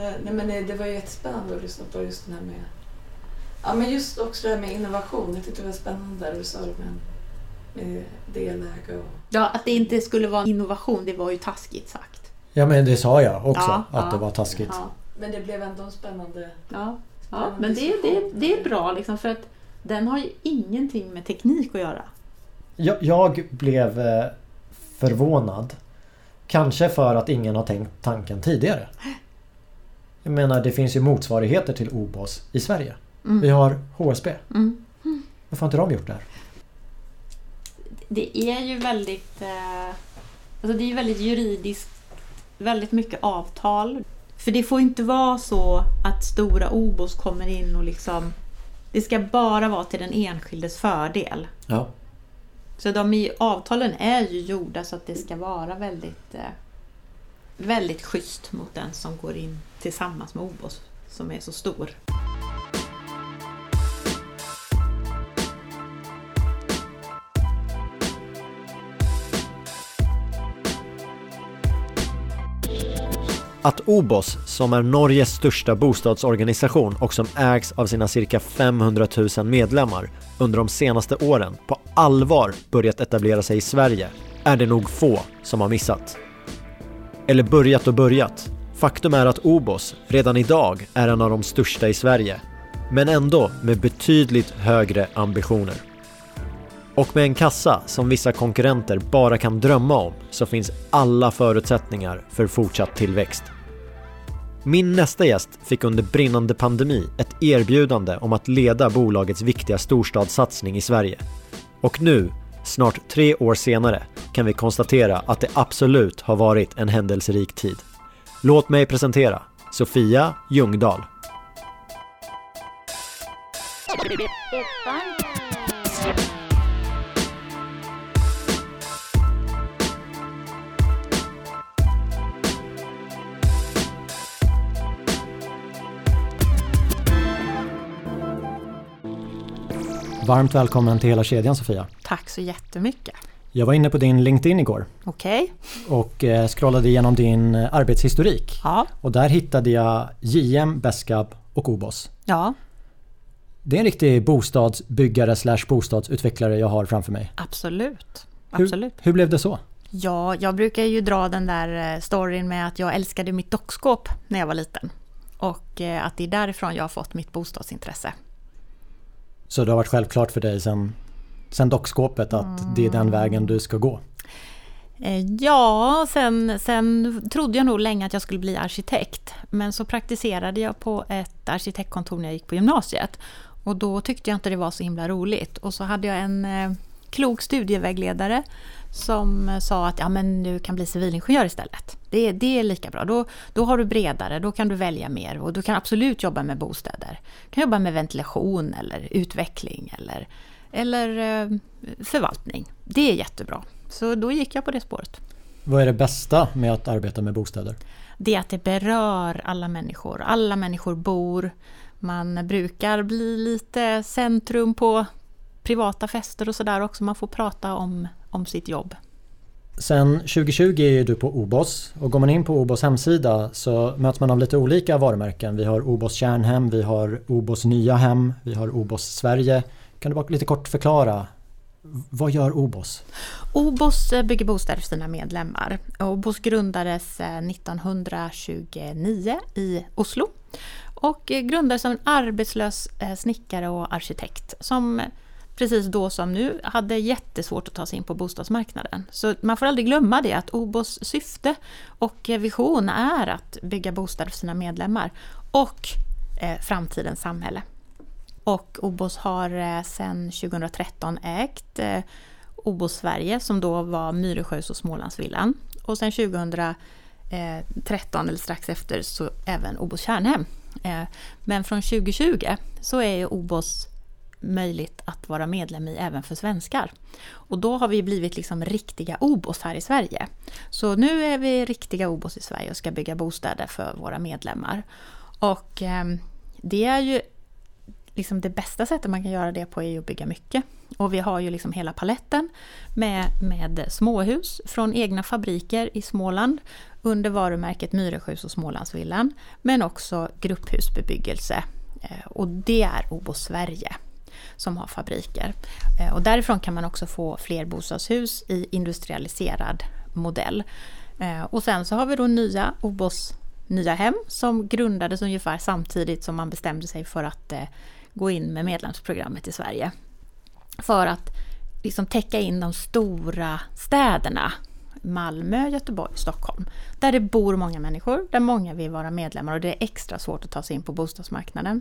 det var ju jättespännande att lyssna på just den här med... Ja, men just också det här med innovation. Jag tyckte det var spännande där du sa det med deläge och... Ja, att det inte skulle vara innovation, det var ju taskigt sagt. Ja, men det sa jag också, det var taskigt. Ja. Men det blev ändå spännande. Ja, men det är bra liksom, för att den har ju ingenting med teknik att göra. Jag blev förvånad. Kanske för att ingen har tänkt tanken tidigare. Jag menar, det finns ju motsvarigheter till OBOS i Sverige. Vi har HSB. Varför har inte de gjort det här? Det är ju väldigt... alltså det är ju väldigt juridiskt. Väldigt mycket avtal. För det får inte vara så att stora OBOS kommer in och liksom... Det ska bara vara till den enskildes fördel. Ja. Så avtalen är ju gjorda så att det ska vara väldigt, väldigt schysst mot den som går in tillsammans med OBOS som är så stor. Att OBOS, som är Norges största bostadsorganisation och som ägs av sina cirka 500 000 medlemmar, under de senaste åren på allvar börjat etablera sig i Sverige, är det nog få som har missat. Eller börjat. Faktum är att OBOS redan idag är en av de största i Sverige, men ändå med betydligt högre ambitioner. Och med en kassa som vissa konkurrenter bara kan drömma om, så finns alla förutsättningar för fortsatt tillväxt. Min nästa gäst fick under brinnande pandemi ett erbjudande om att leda bolagets viktiga storstadssatsning i Sverige. Och nu, snart 3 år senare, kan vi konstatera att det absolut har varit en händelserik tid. Låt mig presentera Sofia Ljungdahl. Varmt välkommen till hela kedjan, Sofia. Tack så jättemycket. Jag var inne på din LinkedIn igår. Okej. Och scrollade igenom din arbetshistorik. Ja. Och där hittade jag JM, Beskab och OBOS. Ja. Det är en riktig bostadsbyggare / bostadsutvecklare jag har framför mig. Absolut. Hur blev det så? Ja, jag brukar ju dra den där storyn med att jag älskade mitt dockskåp när jag var liten. Och att det är därifrån jag har fått mitt bostadsintresse. Så det har varit självklart för dig sen dockskåpet att det är den vägen du ska gå? Ja, sen trodde jag nog länge att jag skulle bli arkitekt. Men så praktiserade jag på ett arkitektkontor när jag gick på gymnasiet. Och då tyckte jag inte det var så himla roligt. Och så hade jag en klok studievägledare som sa att men du kan bli civilingenjör istället. Det är lika bra. Då har du bredare, då kan du välja mer. Och du kan absolut jobba med bostäder. Du kan jobba med ventilation eller utveckling eller förvaltning. Det är jättebra. Så då gick jag på det spåret. Vad är det bästa med att arbeta med bostäder? Det är att det berör alla människor. Alla människor bor. Man brukar bli lite centrum på privata fester och sådär också. Man får prata om sitt jobb. Sen 2020 är du på OBOS, och går man in på OBOS hemsida så möts man av lite olika varumärken. Vi har OBOS Kärnhem, vi har OBOS Nya Hem, vi har OBOS Sverige. Kan du bara lite kort förklara, vad gör OBOS? OBOS bygger bostäder för sina medlemmar. OBOS grundades 1929 i Oslo och grundades som en arbetslös snickare och arkitekt som precis då som nu hade jättesvårt att ta sig in på bostadsmarknaden. Så man får aldrig glömma det, att OBOS syfte och vision är att bygga bostäder för sina medlemmar och framtidens samhälle. Och OBOS har sedan 2013 ägt OBOS Sverige, som då var Myresjös och Smålandsvillan. Och sedan 2013 eller strax efter så även OBOS Kärnhem. Men från 2020 så är ju OBOS möjligt att vara medlem i även för svenskar. Och då har vi blivit liksom riktiga OBOS här i Sverige. Så nu är vi riktiga OBOS i Sverige och ska bygga bostäder för våra medlemmar. Och det är ju liksom det bästa sättet man kan göra det på är ju att bygga mycket. Och vi har ju liksom hela paletten med småhus från egna fabriker i Småland under varumärket Myreshus och Smålandsvillan, men också grupphusbebyggelse. Och det är OBOS Sverige som har fabriker. Och därifrån kan man också få fler bostadshus i industrialiserad modell. Och sen så har vi då nya OBOS Nya Hem som grundades ungefär samtidigt som man bestämde sig för att gå in med medlemsprogrammet i Sverige. För att liksom täcka in de stora städerna, Malmö, Göteborg, Stockholm, där det bor många människor, där många vill vara medlemmar och det är extra svårt att ta sig in på bostadsmarknaden.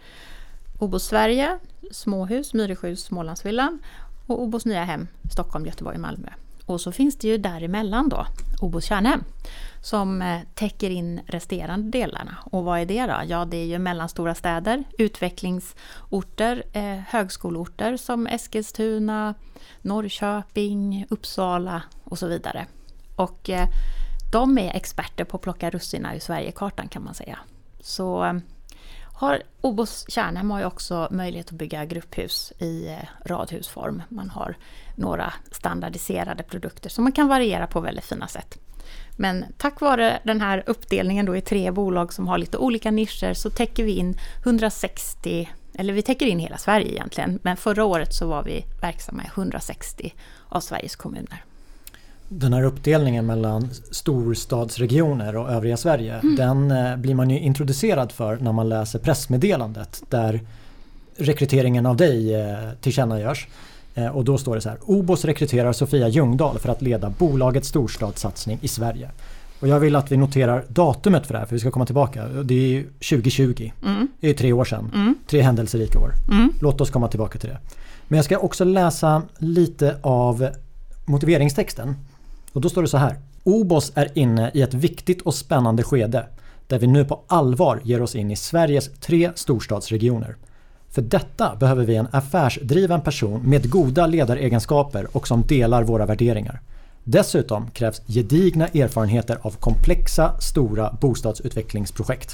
OBOS Sverige, småhus, Myreshus, Smålandsvillan och OBOS Nya Hem, Stockholm, Göteborg, Malmö. Och så finns det ju däremellan då OBOS Kärnhem som täcker in resterande delarna. Och vad är det då? Ja, det är ju mellanstora städer, utvecklingsorter, högskoleorter som Eskilstuna, Norrköping, Uppsala och så vidare. Och de är experter på att plocka russina ur Sverigekartan kan man säga. Så har OBOS Kärnhem har ju också möjlighet att bygga grupphus i radhusform. Man har några standardiserade produkter som man kan variera på väldigt fina sätt. Men tack vare den här uppdelningen då i 3 bolag som har lite olika nischer så täcker vi in 160, eller vi täcker in hela Sverige egentligen. Men förra året så var vi verksamma i 160 av Sveriges kommuner. Den här uppdelningen mellan storstadsregioner och övriga Sverige, den blir man ju introducerad för när man läser pressmeddelandet där rekryteringen av dig tillkännagörs. Och då står det så här: OBOS rekryterar Sofia Ljungdahl för att leda bolagets storstadssatsning i Sverige. Och jag vill att vi noterar datumet för det här, för vi ska komma tillbaka. Det är ju 2020. Det är 3 år sedan. 3 händelserika år. Låt oss komma tillbaka till det. Men jag ska också läsa lite av motiveringstexten. Och då står det så här: OBOS är inne i ett viktigt och spännande skede där vi nu på allvar ger oss in i Sveriges 3 storstadsregioner. För detta behöver vi en affärsdriven person med goda ledaregenskaper och som delar våra värderingar. Dessutom krävs gedigna erfarenheter av komplexa, stora bostadsutvecklingsprojekt.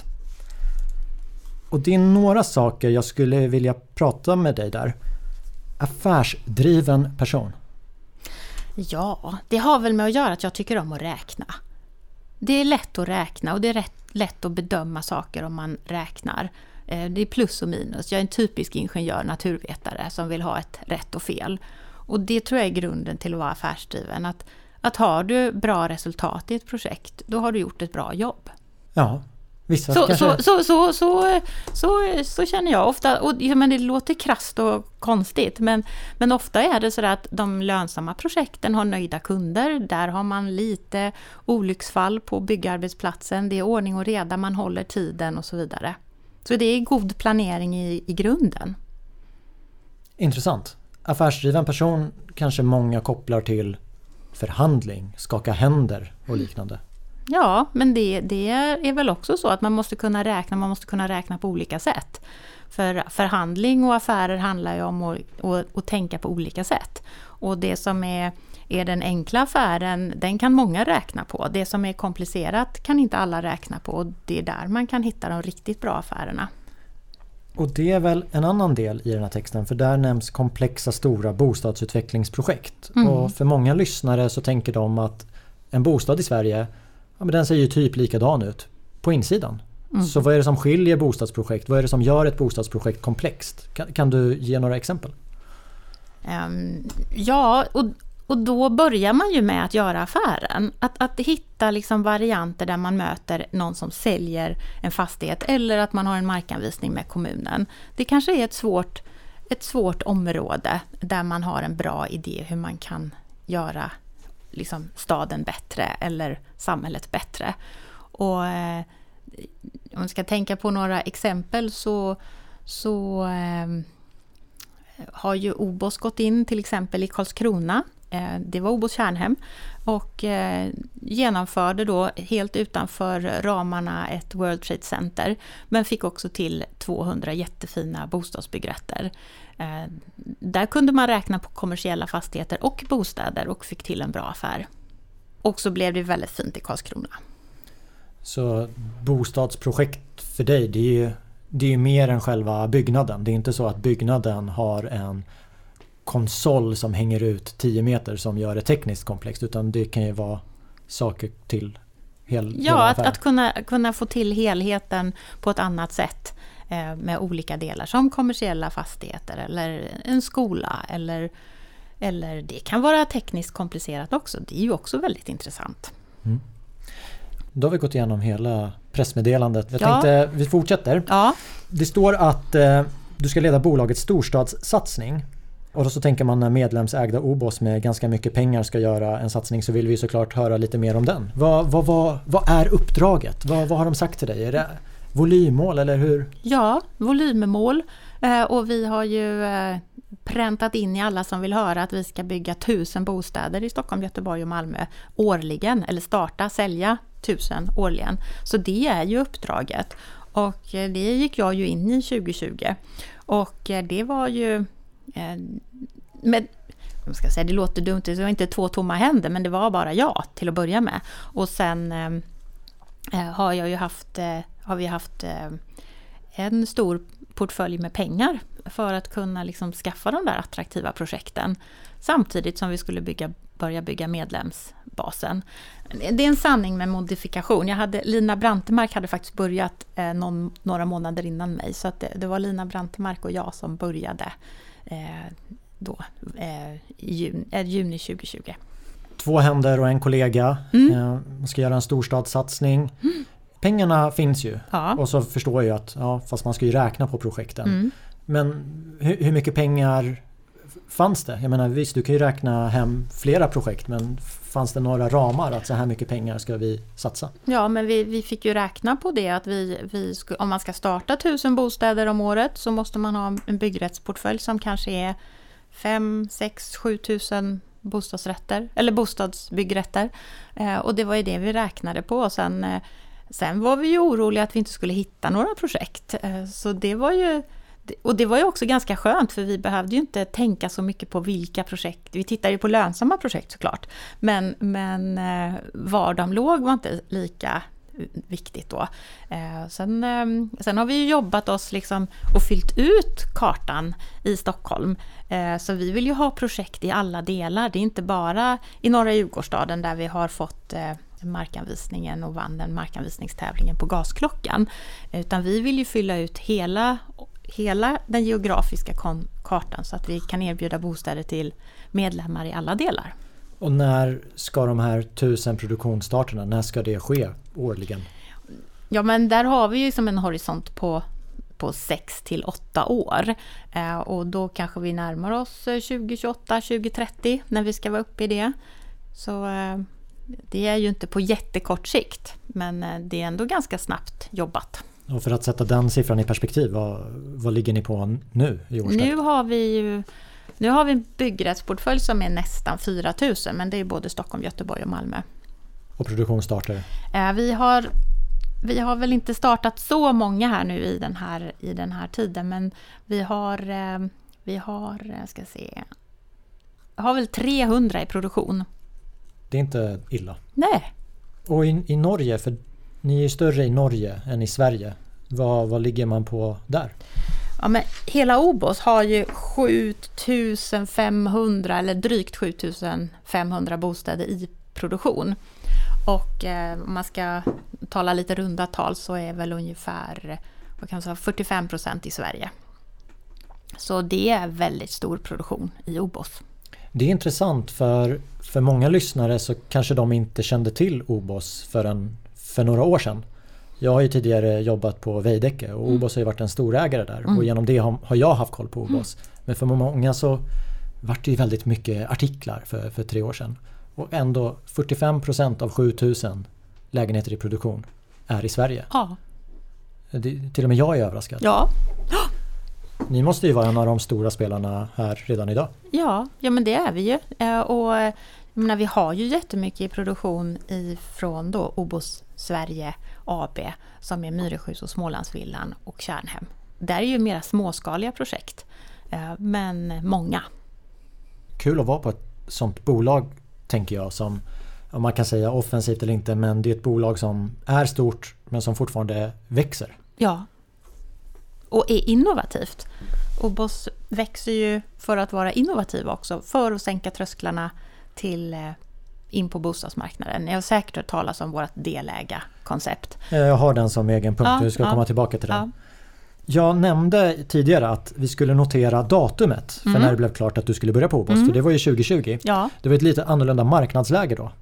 Och det är några saker jag skulle vilja prata med dig där. Affärsdriven person. Ja, det har väl med att göra att jag tycker om att räkna. Det är lätt att räkna och det är lätt att bedöma saker om man räknar. Det är plus och minus. Jag är en typisk ingenjör, naturvetare som vill ha ett rätt och fel. Och det tror jag är grunden till att vara affärsdriven. Att har du bra resultat i ett projekt, då har du gjort ett bra jobb. Ja, vissa så känner jag ofta. Och, men det låter krasst och konstigt. Men ofta är det så att de lönsamma projekten har nöjda kunder. Där har man lite olycksfall på byggarbetsplatsen. Det är ordning och reda, man håller tiden och så vidare. Så det är god planering i grunden. Intressant. Affärsdriven person kanske många kopplar till förhandling, skaka händer och liknande. Ja, men det är väl också så att man måste kunna räkna på olika sätt. För förhandling och affärer handlar ju om att tänka på olika sätt. Och det som är den enkla affären, den kan många räkna på. Det som är komplicerat kan inte alla räkna på. Och det är där man kan hitta de riktigt bra affärerna. Och det är väl en annan del i den här texten, för där nämns komplexa stora bostadsutvecklingsprojekt. Och för många lyssnare så tänker de att en bostad i Sverige, ja, men den ser ju typ likadan ut på insidan. Så vad är det som skiljer bostadsprojekt? Vad är det som gör ett bostadsprojekt komplext? Kan du ge några exempel? Ja, och då börjar man ju med att göra affären. Att hitta liksom varianter där man möter någon som säljer en fastighet eller att man har en markanvisning med kommunen. Det kanske är ett svårt område där man har en bra idé hur man kan göra liksom staden bättre eller samhället bättre. Och om man ska tänka på några exempel så har ju OBOS gått in till exempel i Karlskrona. Det var OBOS Kärnhem och genomförde då helt utanför ramarna ett World Trade Center, men fick också till 200 jättefina bostadsbyggrätter. Där kunde man räkna på kommersiella fastigheter och bostäder och fick till en bra affär. Och så blev det väldigt fint i Karlskrona. Så bostadsprojekt för dig, det är ju mer än själva byggnaden. Det är inte så att byggnaden har en konsol som hänger ut 10 meter som gör det tekniskt komplext, utan det kan ju vara saker till hela affären. Att kunna få till helheten på ett annat sätt med olika delar som kommersiella fastigheter eller en skola eller det kan vara tekniskt komplicerat också. Det är ju också väldigt intressant. Mm. Då har vi gått igenom hela pressmeddelandet. Jag tänkte vi fortsätter. Ja. Det står att du ska leda bolagets storstadssatsning. Och då så tänker man när medlemsägda OBOS med ganska mycket pengar ska göra en satsning så vill vi såklart höra lite mer om den. Vad är uppdraget? Vad har de sagt till dig? Är det volymmål eller hur? Ja, volymmål. Och vi har ju präntat in i alla som vill höra att vi ska bygga 1000 bostäder i Stockholm, Göteborg och Malmö årligen. Eller sälja 1000 årligen. Så det är ju uppdraget. Och det gick jag ju in i 2020. Och det var ju... det låter dumt, det var inte 2 tomma händer, men det var bara jag till att börja med. Och sen har vi haft en stor portfölj med pengar för att kunna liksom skaffa de där attraktiva projekten samtidigt som vi skulle börja bygga medlemsbasen. Det är en sanning med modifikation. Lina Brantemark hade faktiskt börjat några månader innan mig, så att det var Lina Brantemark och jag som började i juni 2020. 2 händer och en kollega. Man ska göra en storstadssatsning. Pengarna finns ju. Ja. Och så förstår jag att fast man ska ju räkna på projekten. Men hur mycket pengar fanns det? Jag menar visst, du kan ju räkna hem flera projekt, men fanns det några ramar att så här mycket pengar ska vi satsa? Ja, men vi fick ju räkna på det att om man ska starta 1000 bostäder om året så måste man ha en byggrättsportfölj som kanske är 5, 6, 7000 bostadsrätter eller bostadsbyggrätter. Och det var ju det vi räknade på. Sen var vi ju oroliga att vi inte skulle hitta några projekt. Så det var ju också ganska skönt, för vi behövde ju inte tänka så mycket på vilka projekt. Vi tittade ju på lönsamma projekt såklart. Men var de låg var inte lika viktigt då. Sen har vi ju jobbat oss liksom och fyllt ut kartan i Stockholm. Så vi vill ju ha projekt i alla delar. Det är inte bara i norra Djurgårdsstaden där vi har fått markanvisningen och vann den markanvisningstävlingen på Gasklockan. Utan vi vill ju fylla ut hela den geografiska kartan så att vi kan erbjuda bostäder till medlemmar i alla delar. Och när ska de här 1000 produktionsstarterna, när ska det ske årligen? Ja, men där har vi ju som en horisont på 6 till 8 år. Och då kanske vi närmar oss 2028, 2030 när vi ska vara uppe i det. Så det är ju inte på jättekort sikt, men det är ändå ganska snabbt jobbat. Och för att sätta den siffran i perspektiv, vad ligger ni på nu i årstakt? Nu har vi en byggrättsportfölj som är nästan 4000, men det är både Stockholm, Göteborg och Malmö. Och produktionsstarter? Vi har väl inte startat så många här nu i den här tiden, men vi har väl 300 i produktion. Det är inte illa. Nej. Och i Norge, för ni är ju större i Norge än i Sverige. Vad ligger man på där? Ja, men hela OBOS har ju 7500 eller drygt 7500 bostäder i produktion. Och om man ska tala lite runda tal så är väl ungefär 45% i Sverige. Så det är väldigt stor produktion i OBOS. Det är intressant för många lyssnare så kanske de inte kände till OBOS för några år sedan. Jag har ju tidigare jobbat på Veidekke och OBOS har ju varit en storägare där. Och genom det har jag haft koll på OBOS. Men för många så var det ju väldigt mycket artiklar för 3 år sedan. Och ändå 45% av 7000 lägenheter i produktion är i Sverige. Ja. Till och med jag är överraskad. Ja. Ni måste ju vara en av de stora spelarna här redan idag. Ja, men det är vi ju. Och men vi har ju jättemycket i produktion från då OBOS Sverige AB som är Myreshus och Smålandsvillan och Kärnhem. Där är ju mera småskaliga projekt, men många. Kul att vara på ett sånt bolag, tänker jag, som om man kan säga offensivt eller inte, men det är ett bolag som är stort men som fortfarande växer. Ja, och är innovativt. OBOS växer ju för att vara innovativ också, för att sänka trösklarna till in på bostadsmarknaden. Ni har säkert hört talas om vårt delägarkoncept. Jag har den som egen punkt, du ska komma tillbaka till den. Ja. Jag nämnde tidigare att vi skulle notera datumet för när det blev klart att du skulle börja på OBOS, för det var ju 2020. Ja. Det var ett lite annorlunda marknadsläge då.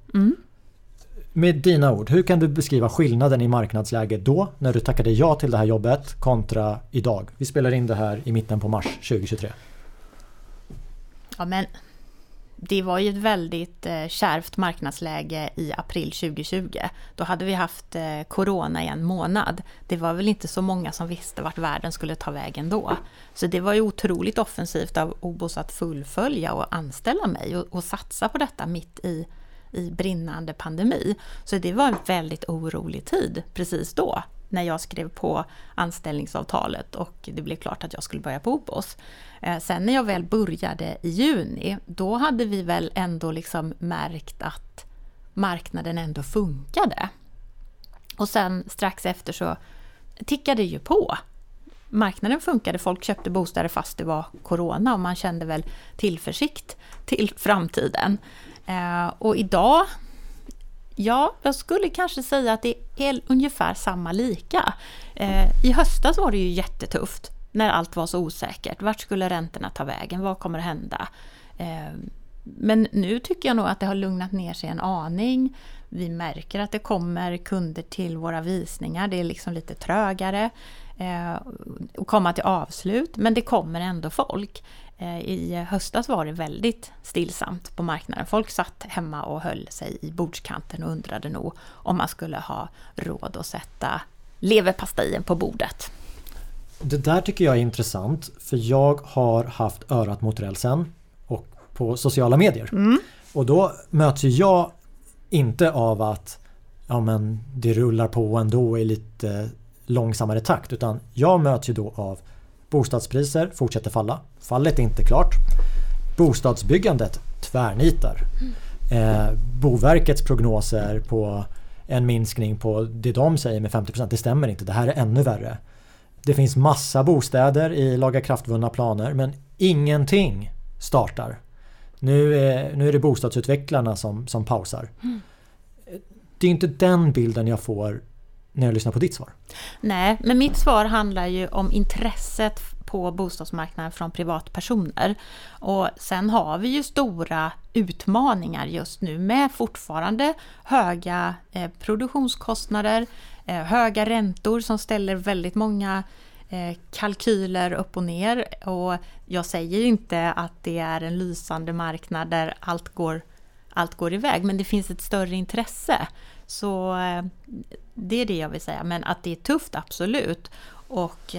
Med dina ord, hur kan du beskriva skillnaden i marknadsläge då när du tackade ja till det här jobbet kontra idag? Vi spelar in det här i mitten på mars 2023. Ja, men det var ju ett väldigt kärvt marknadsläge i april 2020. Då hade vi haft corona i en månad. Det var väl inte så många som visste vart världen skulle ta vägen då. Så det var ju otroligt offensivt av OBOS att fullfölja och anställa mig och satsa på detta mitt i brinnande pandemi. Så det var en väldigt orolig tid precis då när jag skrev på anställningsavtalet och det blev klart att jag skulle börja på OBOS. Sen när jag väl började i juni, då hade vi väl ändå liksom märkt att marknaden ändå funkade. Och sen strax efter så tickade det ju på. Marknaden funkade, folk köpte bostäder fast det var corona och man kände väl tillförsikt till framtiden. Och idag, ja, jag skulle kanske säga att det är ungefär samma lika. I höstas var det ju jättetufft när allt var så osäkert. Vart skulle räntorna ta vägen? Vad kommer att hända? Men nu tycker jag nog att det har lugnat ner sig en aning. Vi märker att det kommer kunder till våra visningar. Det är liksom lite trögare att komma till avslut. Men det kommer ändå folk. I höstas var det väldigt stillsamt på marknaden. Folk satt hemma och höll sig i bordskanten och undrade nog om man skulle ha råd att sätta leverpastejen på bordet. Det där tycker jag är intressant, för jag har haft örat mot rälsen och på sociala medier. Och då möts ju jag inte av att men det rullar på ändå i lite långsammare takt, utan jag möts ju då av bostadspriser fortsätter falla. Fallet är inte klart. Bostadsbyggandet tvärnitar. Boverkets prognoser på en minskning på det de säger med 50%, det stämmer inte. Det här är ännu värre. Det finns massa bostäder i lagakraftvunna planer, men ingenting startar. Nu är det bostadsutvecklarna som pausar. Det är inte den bilden jag får när jag lyssnar på ditt svar. Nej, men mitt svar handlar ju om intresset på bostadsmarknaden från privatpersoner. Och sen har vi ju stora utmaningar just nu med fortfarande höga produktionskostnader, höga räntor som ställer väldigt många kalkyler upp och ner. Och jag säger inte att det är en lysande marknad där allt går iväg, men det finns ett större intresse. Så det är det jag vill säga, men att det är tufft, absolut. Och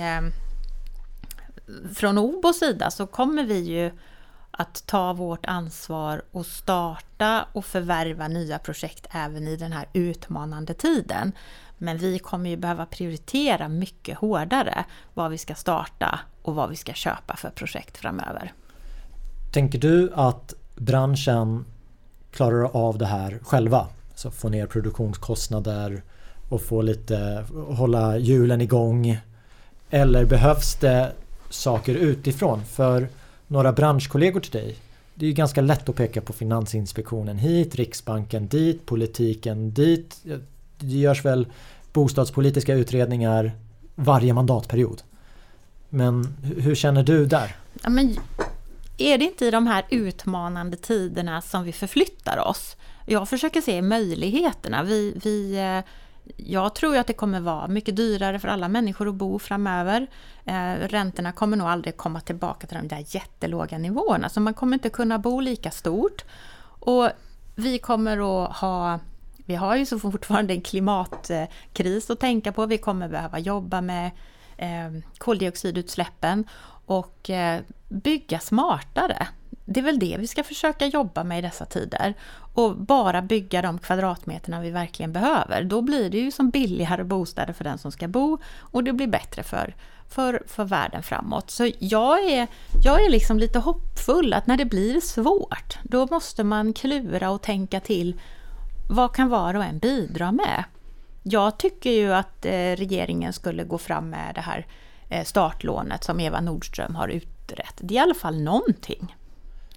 från OBOS sida så kommer vi ju att ta vårt ansvar och starta och förvärva nya projekt även i den här utmanande tiden. Men vi kommer ju behöva prioritera mycket hårdare vad vi ska starta och vad vi ska köpa för projekt framöver. Tänker du att branschen klarar av det här själva? Så få ner produktionskostnader och hålla hjulen igång? Eller behövs det saker utifrån? För några branschkollegor till dig, det är ju ganska lätt att peka på Finansinspektionen hit, Riksbanken dit, politiken dit. Det görs väl bostadspolitiska utredningar varje mandatperiod. Men hur känner du där? Ja, men är det inte i de här utmanande tiderna som vi förflyttar oss? Jag försöker se möjligheterna. Jag tror ju att det kommer vara mycket dyrare för alla människor att bo framöver. Räntorna kommer nog aldrig komma tillbaka till de där jättelåga nivåerna. Så man kommer inte kunna bo lika stort. Och vi har ju så fortfarande en klimatkris att tänka på. Vi kommer behöva jobba med koldioxidutsläppen och bygga smartare. Det är väl det vi ska försöka jobba med i dessa tider. Och bara bygga de kvadratmeterna vi verkligen behöver. Då blir det ju som billigare bostäder för den som ska bo. Och det blir bättre för världen framåt. Så jag är liksom lite hoppfull att när det blir svårt, då måste man klura och tänka till. Vad kan var och en bidra med? Jag tycker ju att regeringen skulle gå fram med det här startlånet som Eva Nordström har utrett. Det är i alla fall någonting.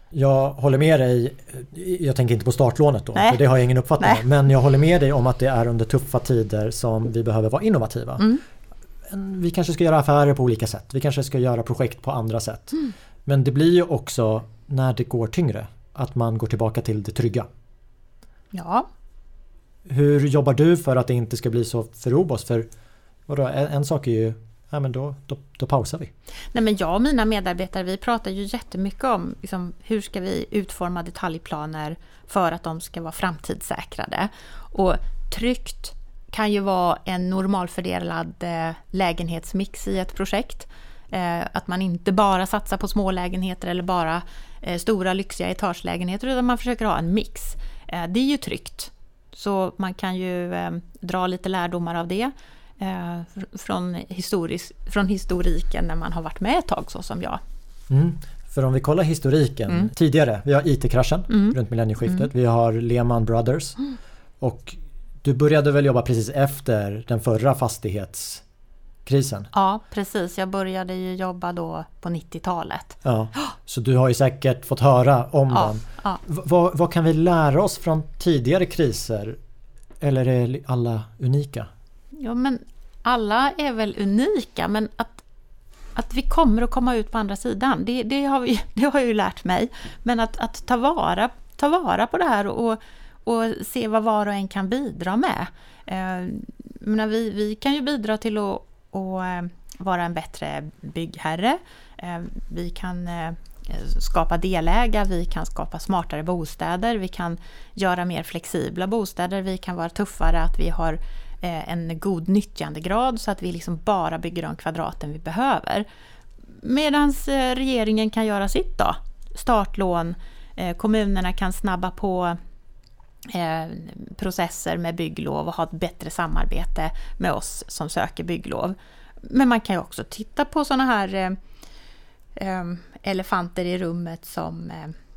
Jag håller med dig, jag tänker inte på startlånet då, för det har jag ingen uppfattning om. Men jag håller med dig om att det är under tuffa tider som vi behöver vara innovativa. Vi kanske ska göra affärer på olika sätt, vi kanske ska göra projekt på andra sätt. Men det blir ju också, när det går tyngre, att man går tillbaka till det trygga. Ja. Hur jobbar du för att det inte ska bli så för OBOS? För en sak är ju, men då pausar vi. Nej, men jag och mina medarbetare, vi pratar ju jättemycket om liksom, hur ska vi utforma detaljplaner för att de ska vara framtidssäkrade. Och tryggt kan ju vara en normalfördelad lägenhetsmix i ett projekt. Att man inte bara satsar på små lägenheter eller bara stora lyxiga etagelägenheter, utan man försöker ha en mix. Det är ju tryggt. Så man kan ju dra lite lärdomar av det. Från historiken när man har varit med ett tag, så som jag. För om vi kollar historiken tidigare, vi har IT-kraschen runt millennieskiftet, vi har Lehman Brothers och du började väl jobba precis efter den förra fastighetskrisen? Ja, precis. Jag började ju jobba då på 90-talet. Ja, så du har ju säkert fått höra om den. Ja. Vad kan vi lära oss från tidigare kriser? Eller är alla unika? Ja, men alla är väl unika, men att vi kommer att komma ut på andra sidan, det har jag ju lärt mig. Men att ta vara på det här och se vad var och en kan bidra med. Men vi kan ju bidra till att vara en bättre byggherre. Vi kan skapa deläga, vi kan skapa smartare bostäder, vi kan göra mer flexibla bostäder, vi kan vara tuffare, att vi har en god nyttjandegrad så att vi liksom bara bygger de kvadraten vi behöver. Medan regeringen kan göra sitt då. Startlån, kommunerna kan snabba på processer med bygglov och ha ett bättre samarbete med oss som söker bygglov. Men man kan ju också titta på sådana här elefanter i rummet som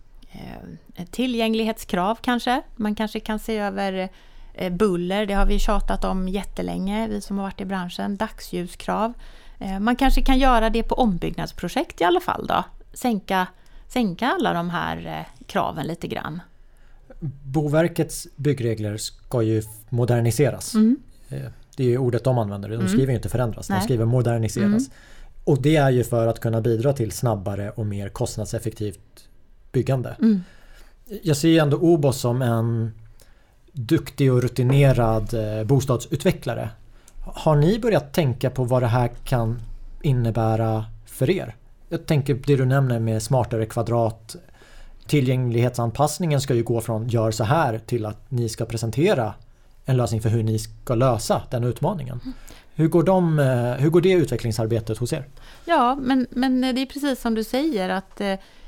tillgänglighetskrav kanske. Man kanske kan se över buller, det har vi tjatat om jättelänge, vi som har varit i branschen. Dagsljuskrav. Man kanske kan göra det på ombyggnadsprojekt i alla fall då. Sänka alla de här kraven lite grann. Boverkets byggregler ska ju moderniseras. Det är ju ordet de använder. De skriver ju inte förändras, de skriver moderniseras. Och det är ju för att kunna bidra till snabbare och mer kostnadseffektivt byggande. Jag ser ju ändå OBOS som en duktig och rutinerad bostadsutvecklare. Har ni börjat tänka på vad det här kan innebära för er? Jag tänker det du nämner med smartare kvadrat. Tillgänglighetsanpassningen ska ju gå från gör så här till att ni ska presentera en lösning för hur ni ska lösa den utmaningen. Hur går det utvecklingsarbetet hos er? Ja, men det är precis som du säger att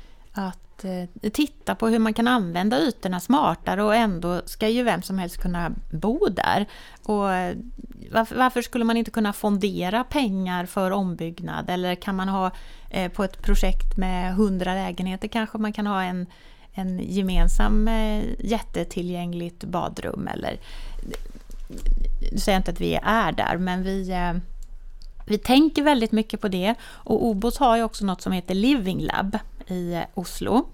titta på hur man kan använda ytorna smartare, och ändå ska ju vem som helst kunna bo där. Och varför skulle man inte kunna fondera pengar för ombyggnad? Eller kan man ha på ett projekt med 100 lägenheter kanske man kan ha en gemensam jättetillgängligt badrum? Eller, jag säger inte att vi är där, men vi tänker väldigt mycket på det. Och OBOS har ju också något som heter Living Lab i Oslo,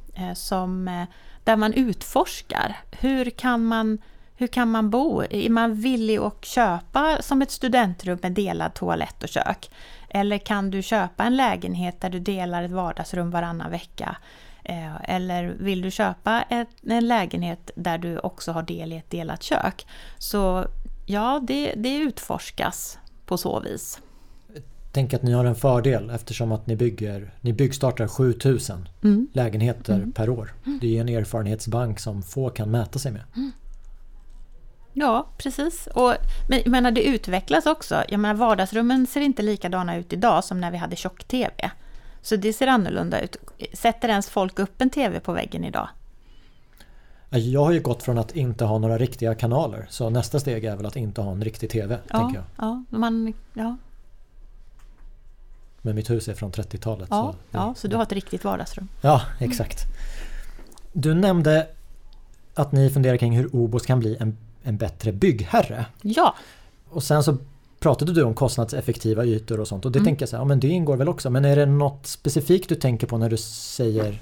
där man utforskar hur kan man bo? Är man villig att köpa som ett studentrum med delad toalett och kök? Eller kan du köpa en lägenhet där du delar ett vardagsrum varannan vecka? Eller vill du köpa en lägenhet där du också har del i ett delat kök? Så ja, det utforskas på så vis. Tänk att ni har en fördel eftersom att ni byggstartar 7000 lägenheter per år. Det är en erfarenhetsbank som få kan mäta sig med. Ja, precis. Men jag menar, det utvecklas också. Jag menar, vardagsrummen ser inte likadana ut idag som när vi hade tjock-tv. Så det ser annorlunda ut. Sätter ens folk upp en tv på väggen idag? Jag har ju gått från att inte ha några riktiga kanaler. Så nästa steg är väl att inte ha en riktig tv, tänker jag. Ja. Men mitt hus är från 30-talet. Så du har ett riktigt vardagsrum. Ja, exakt. Du nämnde att ni funderar kring hur OBOS kan bli en bättre byggherre. Ja. Och sen så pratade du om kostnadseffektiva ytor och sånt. Och det tänker jag så här, men det ingår väl också. Men är det något specifikt du tänker på när du säger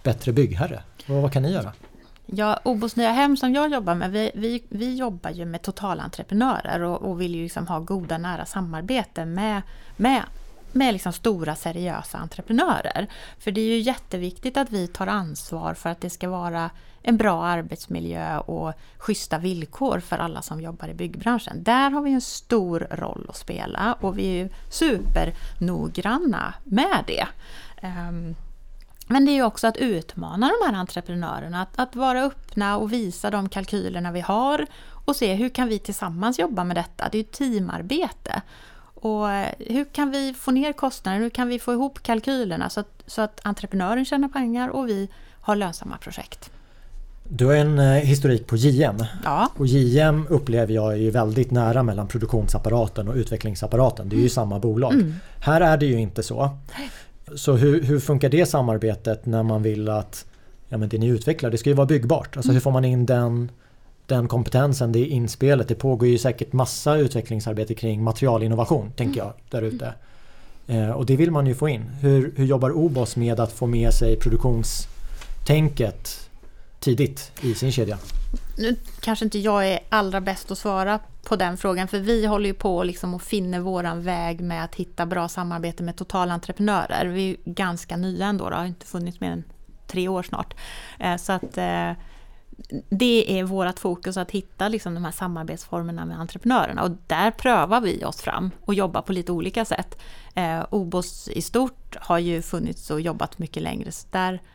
bättre byggherre? Och vad kan ni göra? Ja, OBOS nya hem som jag jobbar med, vi jobbar ju med totalentreprenörer och vill ju liksom ha goda nära samarbete med liksom stora seriösa entreprenörer. För det är ju jätteviktigt att vi tar ansvar för att det ska vara en bra arbetsmiljö och schyssta villkor för alla som jobbar i byggbranschen. Där har vi en stor roll att spela och vi är ju supernoggranna med det. Men det är ju också att utmana de här entreprenörerna, att vara öppna och visa de kalkylerna vi har och se hur kan vi tillsammans jobba med detta. Det är ju teamarbete. Och hur kan vi få ner kostnaderna, hur kan vi få ihop kalkylerna så att entreprenören tjänar pengar och vi har lönsamma projekt. Du har en historik på JM. Ja. Och JM upplever jag är ju väldigt nära mellan produktionsapparaten och utvecklingsapparaten. Det är ju samma bolag. Här är det ju inte så. Så hur funkar det samarbetet när man vill att men det ni utvecklar, det ska ju vara byggbart. Alltså hur får man in den kompetensen, det inspelet? Det pågår ju säkert massa utvecklingsarbete kring materialinnovation, tänker jag, där ute. Och det vill man ju få in. Hur jobbar OBOS med att få med sig produktionstänket tidigt i sin kedja? Nu kanske inte jag är allra bäst att svara på den frågan, för vi håller ju på liksom och finner våran väg med att hitta bra samarbete med totalentreprenörer. Vi är ganska nya ändå, det har inte funnits mer än 3 år snart. Så att det är vårt fokus, att hitta liksom de här samarbetsformerna med entreprenörerna, och där prövar vi oss fram och jobbar på lite olika sätt. OBOS i stort har ju funnits och jobbat mycket längre, så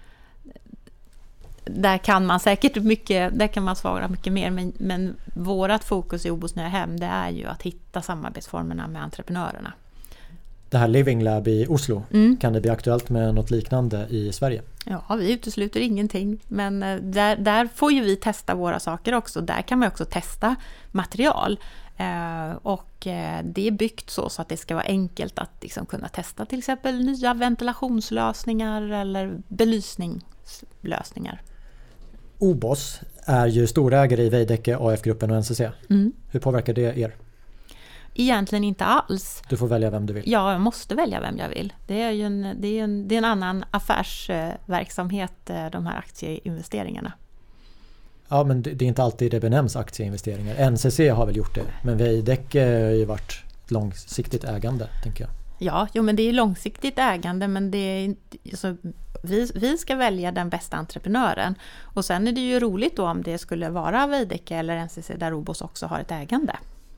där kan man säkert mycket, där kan man svara mycket mer, men vårat fokus i OBOS nya hem, det är ju att hitta samarbetsformerna med entreprenörerna. Det här Living Lab i Oslo, kan det bli aktuellt med något liknande i Sverige? Ja, vi utesluter ingenting, men där får ju vi testa våra saker också. Där kan man också testa material, och det är byggt så att det ska vara enkelt att liksom kunna testa till exempel nya ventilationslösningar eller belysningslösningar. OBOS är ju storägare i Veidekke, AF-gruppen och NCC. Hur påverkar det er? Egentligen inte alls. Du får välja vem du vill. Ja, jag måste välja vem jag vill. Det är ju en annan affärsverksamhet, de här aktieinvesteringarna. Ja, men det är inte alltid det benämns aktieinvesteringar. NCC har väl gjort det, men Veidekke har ju varit ett långsiktigt ägande, tänker jag. Ja, men det är långsiktigt ägande, men det är så vi ska välja den bästa entreprenören. Och sen är det ju roligt då om det skulle vara Veidekke eller NCC där OBOS också har ett ägande.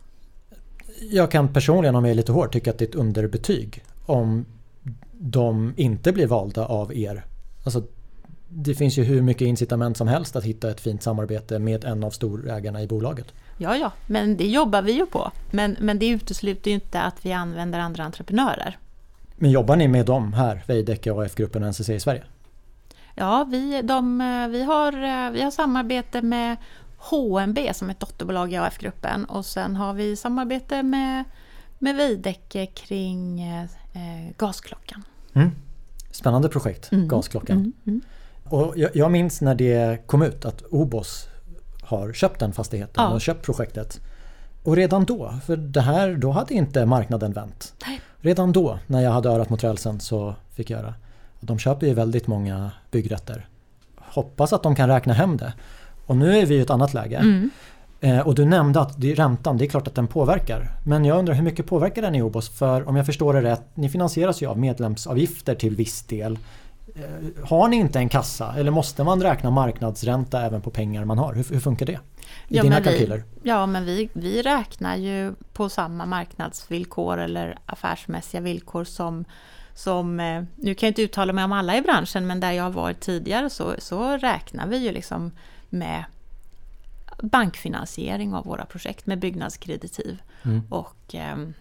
Jag kan personligen, om jag är lite hård, tycka att det är ett underbetyg om de inte blir valda av er. Alltså, det finns ju hur mycket incitament som helst att hitta ett fint samarbete med en av storägarna i bolaget. Ja, men det jobbar vi ju på. Men det utesluter ju inte att vi använder andra entreprenörer. Men jobbar ni med dem här, Veidekke, AF-gruppen och NCC i Sverige? Ja, vi har samarbete med HMB som är ett dotterbolag i AF-gruppen, och sen har vi samarbete med Veidekke kring gasklockan. Spännande projekt, gasklockan. Och jag minns när det kom ut att OBOS har köpt den fastigheten och köpt projektet. Och redan då, för då hade inte marknaden vänt. Nej. Redan då, när jag hade örat mot rälsen, så fick jag höra att de köper ju väldigt många byggrätter. Hoppas att de kan räkna hem det. Och nu är vi i ett annat läge. Och du nämnde att räntan, det är klart att den påverkar. Men jag undrar, hur mycket påverkar den i OBOS? För om jag förstår det rätt, ni finansieras ju av medlemsavgifter till viss del. Har ni inte en kassa, eller måste man räkna marknadsränta även på pengar man har? Hur funkar det i dina kalkyler? Men vi räknar ju på samma marknadsvillkor eller affärsmässiga villkor som nu kan jag inte uttala mig om alla i branschen, men där jag har varit tidigare så räknar vi ju liksom med bankfinansiering av våra projekt med byggnadskreditiv. Och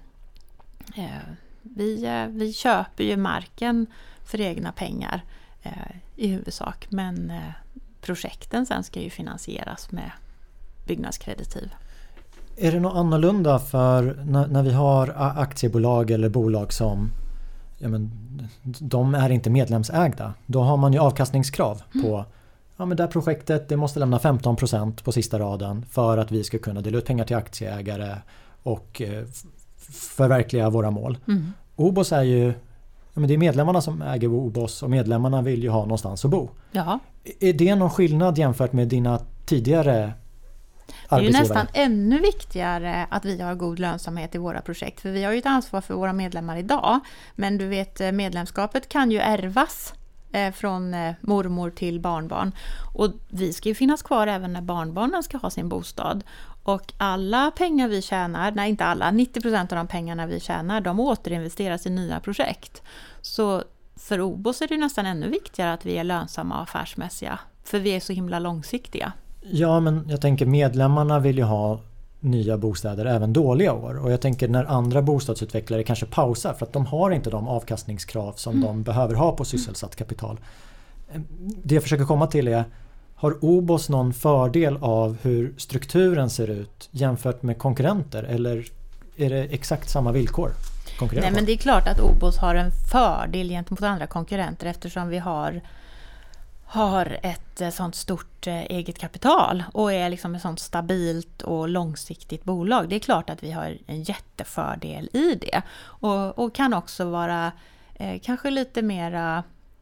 vi köper ju marken för egna pengar i huvudsak, men projekten sen ska ju finansieras med byggnadskreditiv. Är det något annorlunda för när vi har aktiebolag eller bolag som de är inte medlemsägda? Då har man ju avkastningskrav på men det här projektet, det måste lämna 15% på sista raden för att vi ska kunna dela ut pengar till aktieägare och förverkliga våra mål. OBOS är ju men det är medlemmarna som äger OBOS och medlemmarna vill ju ha någonstans att bo. Ja. Är det någon skillnad jämfört med dina tidigare arbetsgivare? Det är ju nästan ännu viktigare att vi har god lönsamhet i våra projekt. För vi har ju ett ansvar för våra medlemmar idag. Men du vet, medlemskapet kan ju ärvas från mormor till barnbarn. Och vi ska ju finnas kvar även när barnbarnen ska ha sin bostad. Och alla pengar vi tjänar, nej inte alla, 90% av de pengarna vi tjänar, de återinvesteras i nya projekt. Så för OBOS är det nästan ännu viktigare att vi är lönsamma och affärsmässiga. För vi är så himla långsiktiga. Ja, men jag tänker medlemmarna vill ju ha nya bostäder även dåliga år. Och jag tänker när andra bostadsutvecklare kanske pausar för att de har inte de avkastningskrav som de behöver ha på sysselsatt kapital. Det jag försöker komma till är, har OBOS någon fördel av hur strukturen ser ut jämfört med konkurrenter? Eller är det exakt samma villkor? Nej, men det är klart att OBOS har en fördel gentemot andra konkurrenter eftersom vi har ett sånt stort eget kapital och är liksom ett sånt stabilt och långsiktigt bolag. Det är klart att vi har en jättefördel i det och kan också vara kanske lite mera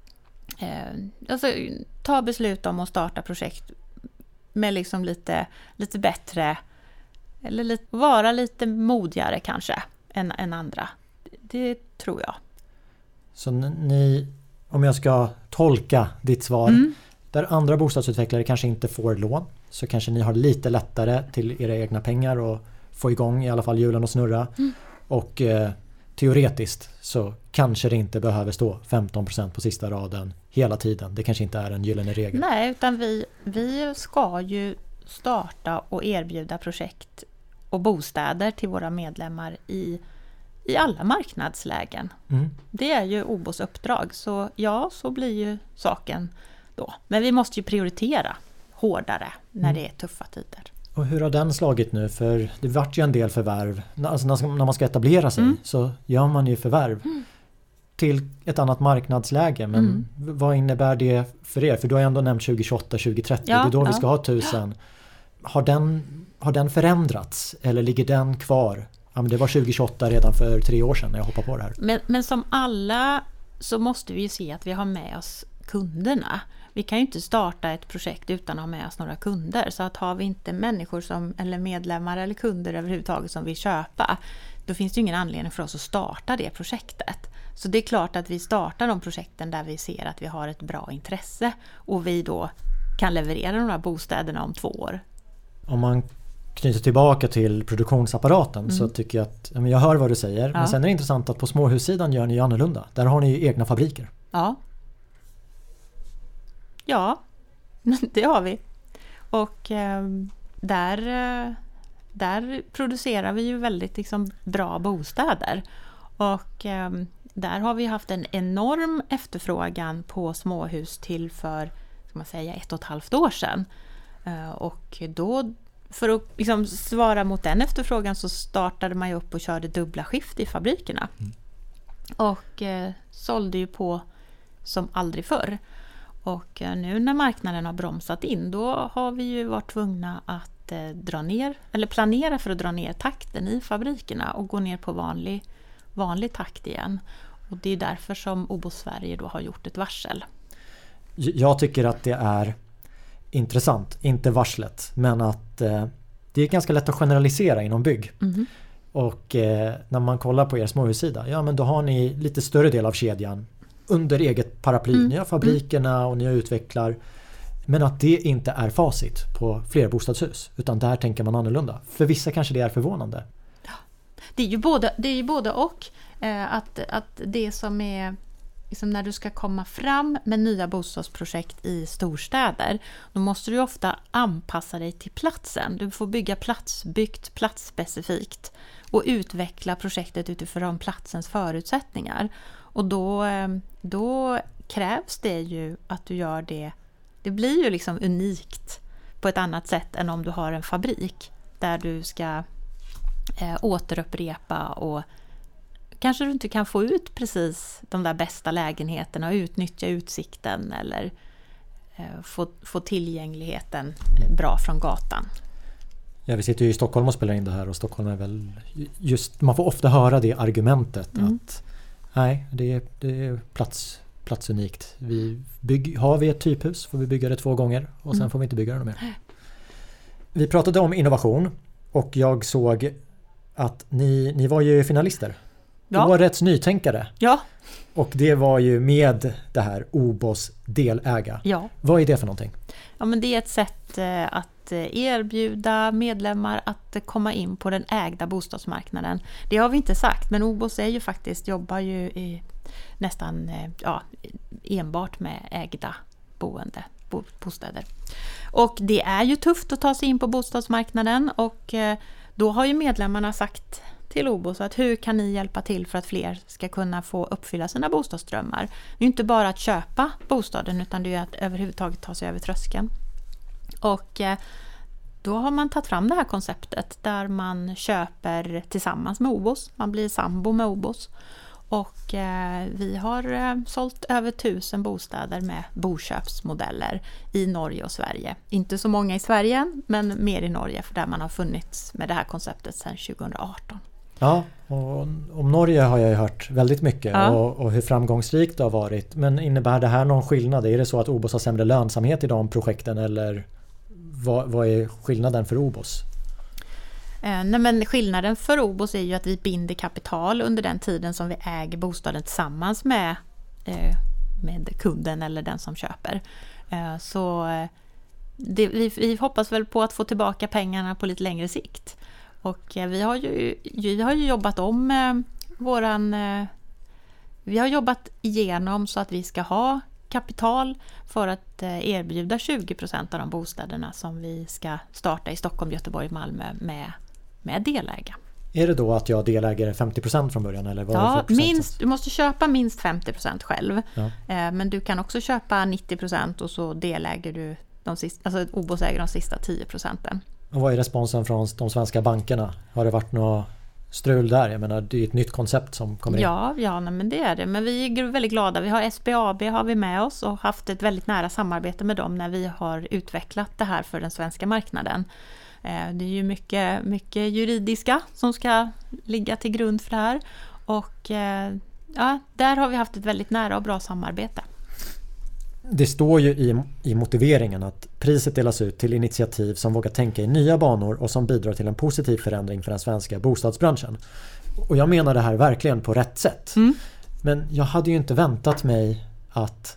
ta beslut om att starta projekt med liksom lite bättre eller vara lite modigare kanske än andra. Det tror jag. Så ni, om jag ska tolka ditt svar, där andra bostadsutvecklare kanske inte får lån, så kanske ni har lite lättare till era egna pengar och få igång i alla fall hjulen och snurra. Och teoretiskt så kanske det inte behöver stå 15% på sista raden hela tiden. Det kanske inte är en gyllene regel. Nej, utan vi ska ju starta och erbjuda projekt och bostäder till våra medlemmar i alla marknadslägen. Det är ju OBOS uppdrag. Så ja, så blir ju saken då. Men vi måste ju prioritera hårdare när det är tuffa tider. Och hur har den slagit nu? För det vart ju en del förvärv. Alltså när man ska etablera sig så gör man ju förvärv till ett annat marknadsläge. Men vad innebär det för er? För du har ändå nämnt 2028-2030. Det är då vi ska ha 1000. Har den förändrats? Eller ligger den kvar? Ja, men det var 2028 redan för 3 år sedan när jag hoppade på det här. Men som alla så måste vi ju se att vi har med oss kunderna. Vi kan ju inte starta ett projekt utan att ha med oss några kunder. Så att har vi inte människor eller medlemmar eller kunder överhuvudtaget som vill köpa, då finns det ju ingen anledning för oss att starta det projektet. Så det är klart att vi startar de projekten där vi ser att vi har ett bra intresse och vi då kan leverera de här bostäderna om 2 år. Om man knyter tillbaka till produktionsapparaten så tycker jag att, jag hör vad du säger, men sen är det intressant att på småhussidan gör ni ju annorlunda. Där har ni ju egna fabriker. Ja, det har vi. Och där producerar vi ju väldigt liksom bra bostäder. Och där har vi haft en enorm efterfrågan på småhus till för 1,5 år sedan. Och då, för att liksom svara mot den efterfrågan, så startade man ju upp och körde dubbla skift i fabrikerna. Och sålde ju på som aldrig förr. Och nu när marknaden har bromsat in, då har vi ju varit tvungna att dra ner, eller planera för att dra ner takten i fabrikerna och gå ner på vanlig takt igen. Och det är därför som OBOS Sverige då har gjort ett varsel. Jag tycker att det är intressant, inte varslet, men att det är ganska lätt att generalisera inom bygg. Och när man kollar på er småhussida, ja men då har ni lite större del av kedjan under eget paraply. Ni har fabrikerna och ni utvecklar. Men att det inte är facit på fler bostadshus. Utan där tänker man annorlunda. För vissa kanske det är förvånande. Det är ju både och. Att det som är liksom när du ska komma fram med nya bostadsprojekt i storstäder, då måste du ofta anpassa dig till platsen. Du får bygga platsspecifikt och utveckla projektet utifrån platsens förutsättningar. Och då krävs det ju att du gör det. Det blir ju liksom unikt på ett annat sätt än om du har en fabrik där du ska återupprepa och kanske du inte kan få ut precis de där bästa lägenheterna och utnyttja utsikten eller få tillgängligheten bra från gatan. Ja, vi sitter ju i Stockholm och spelar in det här och Stockholm är väl just, man får ofta höra det argumentet att Nej, det är platsunikt. Har vi ett typhus får vi bygga det 2 gånger och sen får vi inte bygga det mer. Vi pratade om innovation och jag såg att ni var ju finalister. Ja. Årets nytänkare. Ja. Och det var ju med det här OBOS deläga. Ja. Vad är det för någonting? Ja, men det är ett sätt att erbjuda medlemmar att komma in på den ägda bostadsmarknaden. Det har vi inte sagt, men OBOS är ju faktiskt, jobbar ju nästan enbart med ägda bostäder. Och det är ju tufft att ta sig in på bostadsmarknaden, och då har ju medlemmarna sagt till OBOS att hur kan ni hjälpa till för att fler ska kunna få uppfylla sina bostadsdrömmar. Det är ju inte bara att köpa bostaden, utan det är att överhuvudtaget ta sig över tröskeln. Och då har man tagit fram det här konceptet där man köper tillsammans med OBOS. Man blir sambo med OBOS. Och vi har sålt över 1000 bostäder med boköpsmodeller i Norge och Sverige. Inte så många i Sverige, men mer i Norge, för där man har funnits med det här konceptet sedan 2018. Ja, och om Norge har jag ju hört väldigt mycket och hur framgångsrikt det har varit. Men innebär det här någon skillnad? Är det så att OBOS har sämre lönsamhet i de projekten, eller vad är skillnaden för OBOS? Nej, men skillnaden för OBOS är ju att vi binder kapital under den tiden som vi äger bostaden tillsammans med kunden eller den som köper. Så vi hoppas väl på att få tillbaka pengarna på lite längre sikt. Och vi har ju jobbat om vi har jobbat igenom så att vi ska ha kapital för att erbjuda 20% av de bostäderna som vi ska starta i Stockholm, Göteborg, Malmö med deläga. Är det då att jag deläger 50% från början? Eller vad ja, du måste köpa minst 50% själv. Ja. Men du kan också köpa 90% och så deläger du OBOS äger de sista 10%. Och vad är responsen från de svenska bankerna? Har det varit något strul där? Jag menar, det är ett nytt koncept som kommer in. Ja, men det är det. Men vi är väldigt glada. Vi har SBAB har vi med oss och haft ett väldigt nära samarbete med dem när vi har utvecklat det här för den svenska marknaden. Det är ju mycket juridiska som ska ligga till grund för det här. Och där har vi haft ett väldigt nära och bra samarbete. Det står ju i motiveringen att priset delas ut till initiativ som vågar tänka i nya banor och som bidrar till en positiv förändring för den svenska bostadsbranschen. Och jag menar det här verkligen på rätt sätt. Mm. Men jag hade ju inte väntat mig att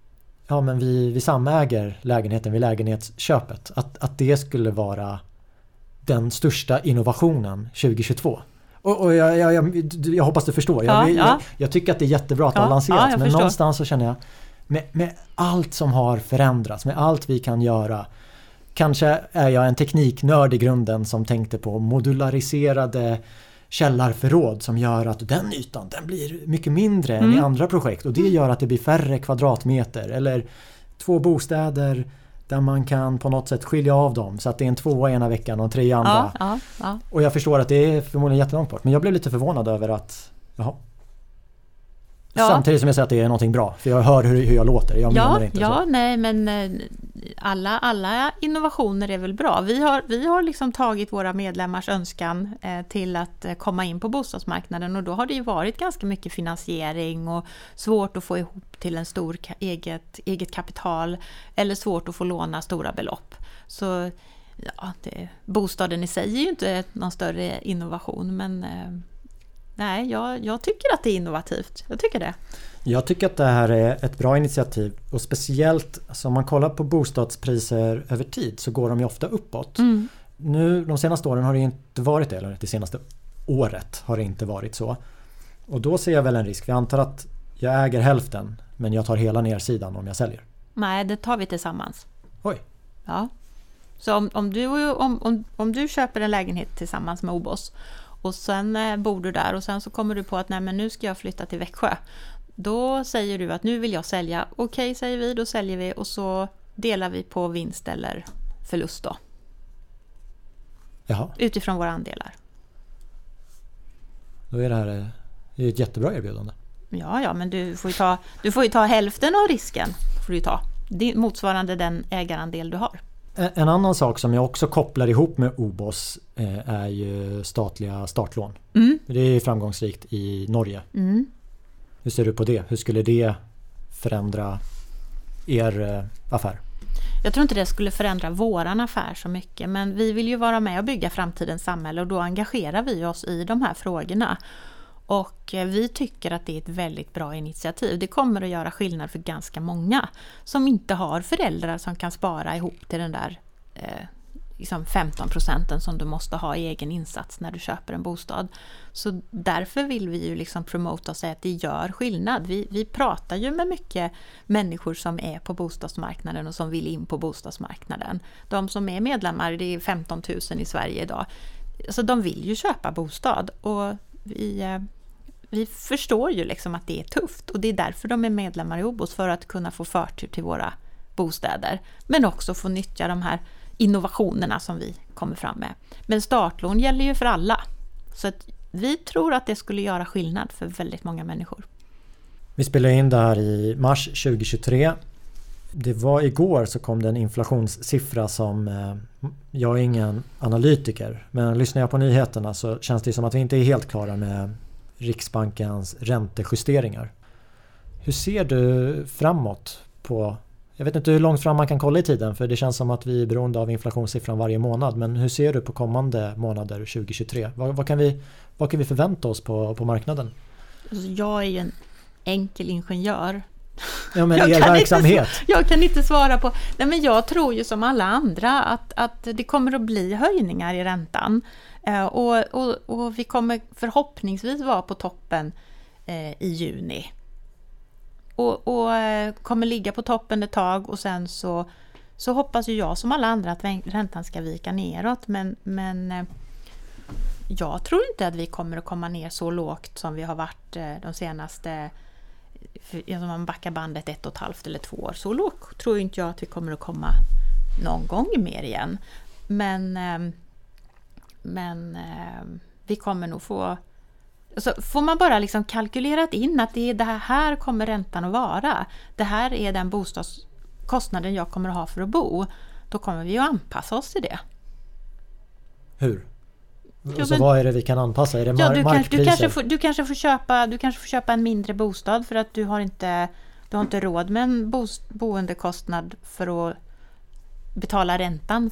vi samäger lägenheten vid lägenhetsköpet. Att det skulle vara den största innovationen 2022. Och jag hoppas du förstår. Jag tycker att det är jättebra att det har lanserats. Men förstår. Någonstans så känner jag med allt som har förändrats, med allt vi kan göra. Kanske är jag en tekniknörd i grunden som tänkte på modulariserade källarförråd som gör att den ytan den blir mycket mindre än i andra projekt. Och det gör att det blir färre kvadratmeter. Eller 2 bostäder där man kan på något sätt skilja av dem. Så att det är en 2 ena veckan och en 3 andra. Ja. Och jag förstår att det är förmodligen jättelångt bort. Men jag blev lite förvånad över att samtidigt som jag säger att det är någonting bra. För jag hör hur jag låter. Jag menar inte så. Nej, men alla innovationer är väl bra. Vi har liksom tagit våra medlemmars önskan till att komma in på bostadsmarknaden. Och då har det ju varit ganska mycket finansiering och svårt att få ihop till en stor eget kapital. Eller svårt att få låna stora belopp. Så bostaden i sig är ju inte någon större innovation, men nej, jag tycker att det är innovativt. Jag tycker det. Jag tycker att det här är ett bra initiativ. Och speciellt om man kollar på bostadspriser över tid så går de ju ofta uppåt. Mm. Nu de senaste åren har det inte varit det. Eller det senaste året har det inte varit så. Och då ser jag väl en risk. Jag antar att jag äger hälften men jag tar hela nersidan om jag säljer. Nej, det tar vi tillsammans. Oj. Ja. Så om du köper en lägenhet tillsammans med OBOS och sen bor du där och sen så kommer du på att nej, men nu ska jag flytta till Växjö. Då säger du att nu vill jag sälja. Okej, säger vi, då säljer vi och så delar vi på vinst eller förlust då. Jaha. Utifrån våra andelar. Då är det här ett jättebra erbjudande. Ja, men du får ju ta hälften av risken. Får du ta. Det är motsvarande den ägarandel du har. En annan sak som jag också kopplar ihop med OBOS är ju statliga startlån. Mm. Det är framgångsrikt i Norge. Mm. Hur ser du på det? Hur skulle det förändra er affär? Jag tror inte det skulle förändra våran affär så mycket, men vi vill ju vara med och bygga framtidens samhälle och då engagerar vi oss i de här frågorna. Och vi tycker att det är ett väldigt bra initiativ. Det kommer att göra skillnad för ganska många som inte har föräldrar som kan spara ihop till den där liksom 15% som du måste ha i egen insats när du köper en bostad. Så därför vill vi ju liksom promota och säga att det gör skillnad. Vi pratar ju med mycket människor som är på bostadsmarknaden och som vill in på bostadsmarknaden. De som är medlemmar, det är 15 000 i Sverige idag. Så de vill ju köpa bostad och vi förstår ju liksom att det är tufft och det är därför de är medlemmar i OBOS, för att kunna få förtur till våra bostäder. Men också få nyttja de här innovationerna som vi kommer fram med. Men startlån gäller ju för alla. Så att vi tror att det skulle göra skillnad för väldigt många människor. Vi spelar in det här i mars 2023. Det var igår så kom det en inflationssiffra som, jag är ingen analytiker, men lyssnar jag på nyheterna så känns det som att vi inte är helt klara med Riksbankens räntejusteringar. Hur ser du framåt på, jag vet inte hur långt fram man kan kolla i tiden, för det känns som att vi är beroende av inflationssiffran varje månad, men hur ser du på kommande månader 2023? Vad kan vi förvänta oss på marknaden? Alltså jag är ju en enkel ingenjör. Ja, men er verksamhet. Jag kan inte svara på. Nej, men jag tror ju som alla andra att det kommer att bli höjningar i räntan. Och vi kommer förhoppningsvis vara på toppen i juni. Och kommer ligga på toppen ett tag och sen så hoppas ju jag som alla andra att räntan ska vika neråt. Men jag tror inte att vi kommer att komma ner så lågt som vi har varit de senaste, om man backar bandet 1,5 eller 2 år. Så lågt tror inte jag att vi kommer att komma någon gång mer igen. Men vi kommer nog få... Så får man bara liksom kalkylerat in att det här kommer räntan att vara. Det här är den bostadskostnaden jag kommer att ha för att bo. Då kommer vi att anpassa oss till det. Hur? Så vad är det vi kan anpassa? Är det markpriser? Du kanske får köpa en mindre bostad för att du har inte råd med en boendekostnad för att betala räntan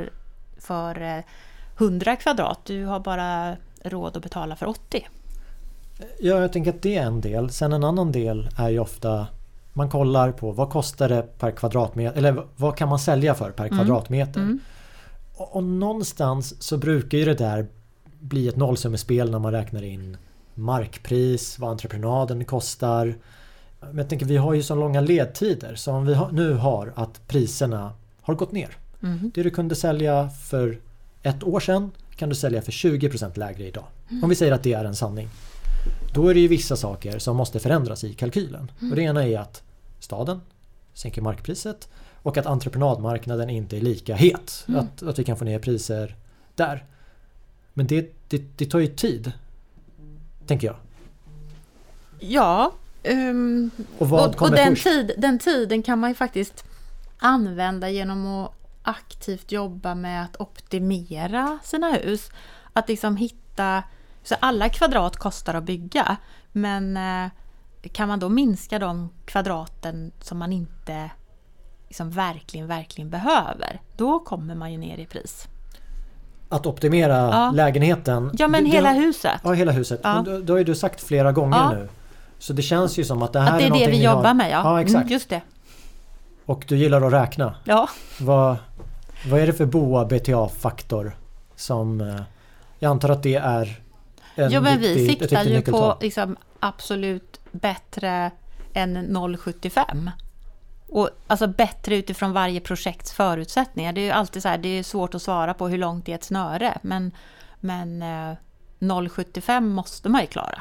för 100 kvadrat. Du har bara råd att betala för 80. Ja, jag tänker att det är en del. Sen en annan del är ju ofta man kollar på vad kostar det per kvadratmeter, eller vad kan man sälja för per kvadratmeter. Mm. Och någonstans så brukar ju det där bli ett nollsummespel när man räknar in markpris, vad entreprenaden kostar. Men jag tänker vi har ju så långa ledtider, så om vi nu har att priserna har gått ner. Mm. Det du kunde sälja för 1 år sedan kan du sälja för 20% lägre idag. Om vi säger att det är en sanning. Då är det ju vissa saker som måste förändras i kalkylen. Och det ena är att staden sänker markpriset och att entreprenadmarknaden inte är lika het. Att vi kan få ner priser där. Men det tar ju tid, tänker jag. Ja. Och den tiden kan man ju faktiskt använda genom att aktivt jobba med att optimera sina hus. Att liksom hitta... Så alla kvadrat kostar att bygga, men kan man då minska de kvadraten som man inte liksom verkligen behöver, då kommer man ju ner i pris. Att optimera lägenheten? Ja, men hela huset. Ja, hela huset. Ja. Då har ju du sagt flera gånger nu. Så det känns ju som att det här är det vi jobbar med. Ja, exakt. Just det. Och du gillar att räkna. Ja. Vad är det för BOA-BTA-faktor som... jag antar att det är... men vi siktar ju på liksom absolut bättre än 0,75. Och alltså bättre utifrån varje projekts förutsättningar. Det är ju alltid så här, det är svårt att svara på hur långt det är ett snöre. Men 0,75 måste man ju klara.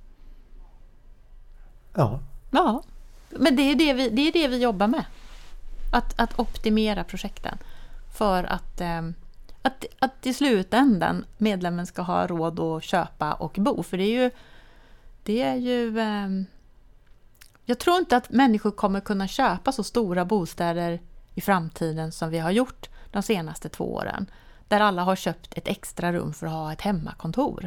Ja. Ja, men det är det vi jobbar med. Att optimera projekten. För att i slutändan medlemmen ska ha råd att köpa och bo. För det är ju jag tror inte att människor kommer kunna köpa så stora bostäder i framtiden som vi har gjort de senaste 2 åren. Där alla har köpt ett extra rum för att ha ett hemmakontor.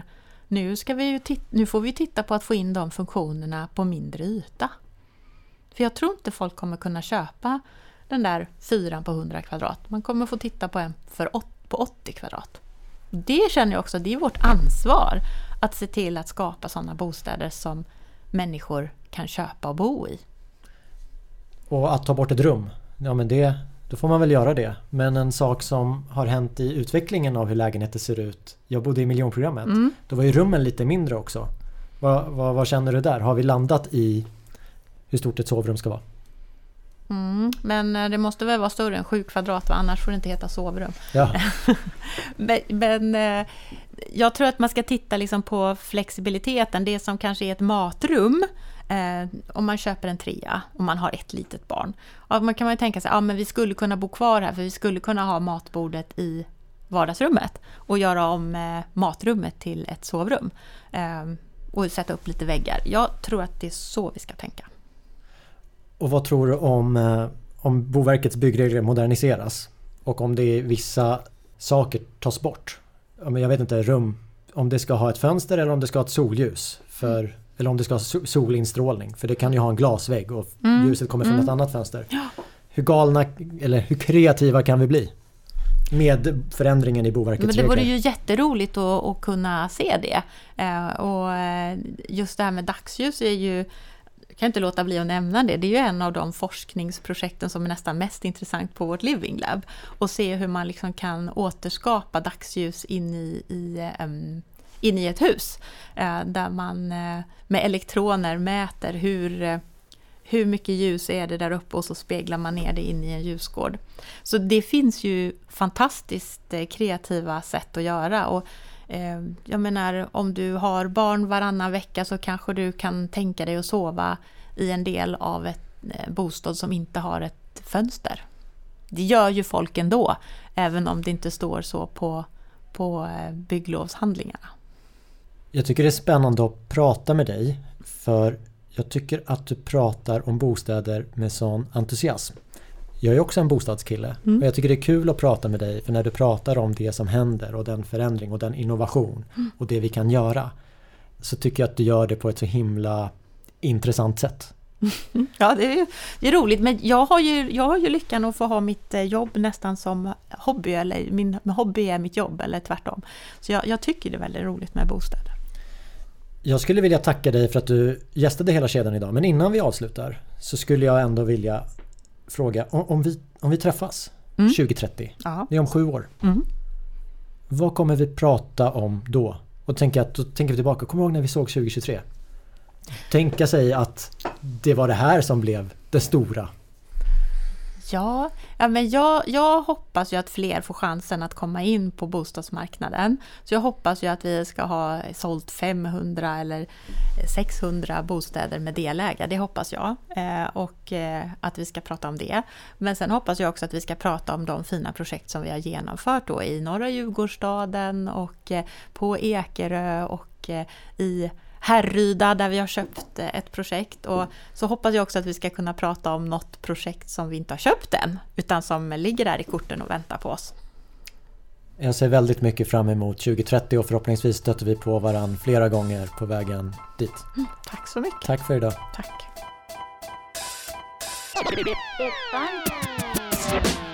Nu får vi titta på att få in de funktionerna på mindre yta. För jag tror inte folk kommer kunna köpa den där 4 på 100 kvadrat. Man kommer få titta på en på 80 kvadrat. Det känner jag också, det är vårt ansvar att se till att skapa sådana bostäder som människor kan köpa och bo i. Och att ta bort ett rum, ja men då får man väl göra det. Men en sak som har hänt i utvecklingen av hur lägenheter ser ut. Jag bodde i miljonprogrammet. Då var ju rummen lite mindre också. Vad känner du där? Har vi landat i hur stort ett sovrum ska vara? Men det måste väl vara större än 7 kvadrat, annars får det inte heta sovrum. Ja. men jag tror att man ska titta liksom på flexibiliteten. Det som kanske är ett matrum, om man köper en 3 och man har ett litet barn. Och man kan ju tänka sig, men vi skulle kunna bo kvar här, för vi skulle kunna ha matbordet i vardagsrummet och göra om matrummet till ett sovrum och sätta upp lite väggar. Jag tror att det är så vi ska tänka. Och vad tror du om Boverkets byggregler moderniseras och om det är vissa saker tas bort? Jag vet inte, rum, om det ska ha ett fönster eller om det ska ha ett solljus eller om det ska ha solinstrålning, för det kan ju ha en glasvägg och ljuset kommer från ett annat fönster. Ja. Hur galna eller hur kreativa kan vi bli med förändringen i Boverkets regler? Men det vore ju jätteroligt att kunna se det. Och just det här med dagsljus är ju, jag kan inte låta bli att nämna det. Det är ju en av de forskningsprojekten som är nästan mest intressant på vårt Living Lab. Och se hur man liksom kan återskapa dagsljus in i ett hus. Där man med elektroner mäter hur mycket ljus är det där uppe och så speglar man ner det in i en ljusgård. Så det finns ju fantastiskt kreativa sätt att göra. Och jag menar, om du har barn varannan vecka så kanske du kan tänka dig att sova i en del av ett bostad som inte har ett fönster. Det gör ju folk ändå, även om det inte står så på bygglovshandlingarna. Jag tycker det är spännande att prata med dig, för jag tycker att du pratar om bostäder med sån entusiasm. Jag är också en bostadskille och jag tycker det är kul att prata med dig, för när du pratar om det som händer och den förändring och den innovation och det vi kan göra, så tycker jag att du gör det på ett så himla intressant sätt. Ja, det är roligt, men jag har ju lyckan att få ha mitt jobb nästan som hobby, eller min hobby är mitt jobb eller tvärtom. Så jag tycker det är väldigt roligt med bostäder. Jag skulle vilja tacka dig för att du gästade Hela kedjan idag, men innan vi avslutar så skulle jag ändå vilja fråga, om vi träffas 2030, det är om 7 år. Vad kommer vi prata om då? Och då tänker vi tillbaka, kommer du ihåg när vi såg 2023? Tänka sig att det var det här som blev det stora. Ja, men jag hoppas ju att fler får chansen att komma in på bostadsmarknaden. Så jag hoppas ju att vi ska ha sålt 500 eller 600 bostäder med delägare. Det hoppas jag. Och att vi ska prata om det. Men sen hoppas jag också att vi ska prata om de fina projekt som vi har genomfört då i norra Djurgårdsstaden och på Ekerö och i Härryda där vi har köpt ett projekt, och så hoppas jag också att vi ska kunna prata om något projekt som vi inte har köpt än utan som ligger där i korten och väntar på oss. Jag ser väldigt mycket fram emot 2030 och förhoppningsvis stöter vi på varann flera gånger på vägen dit. Tack så mycket. Tack för idag. Tack.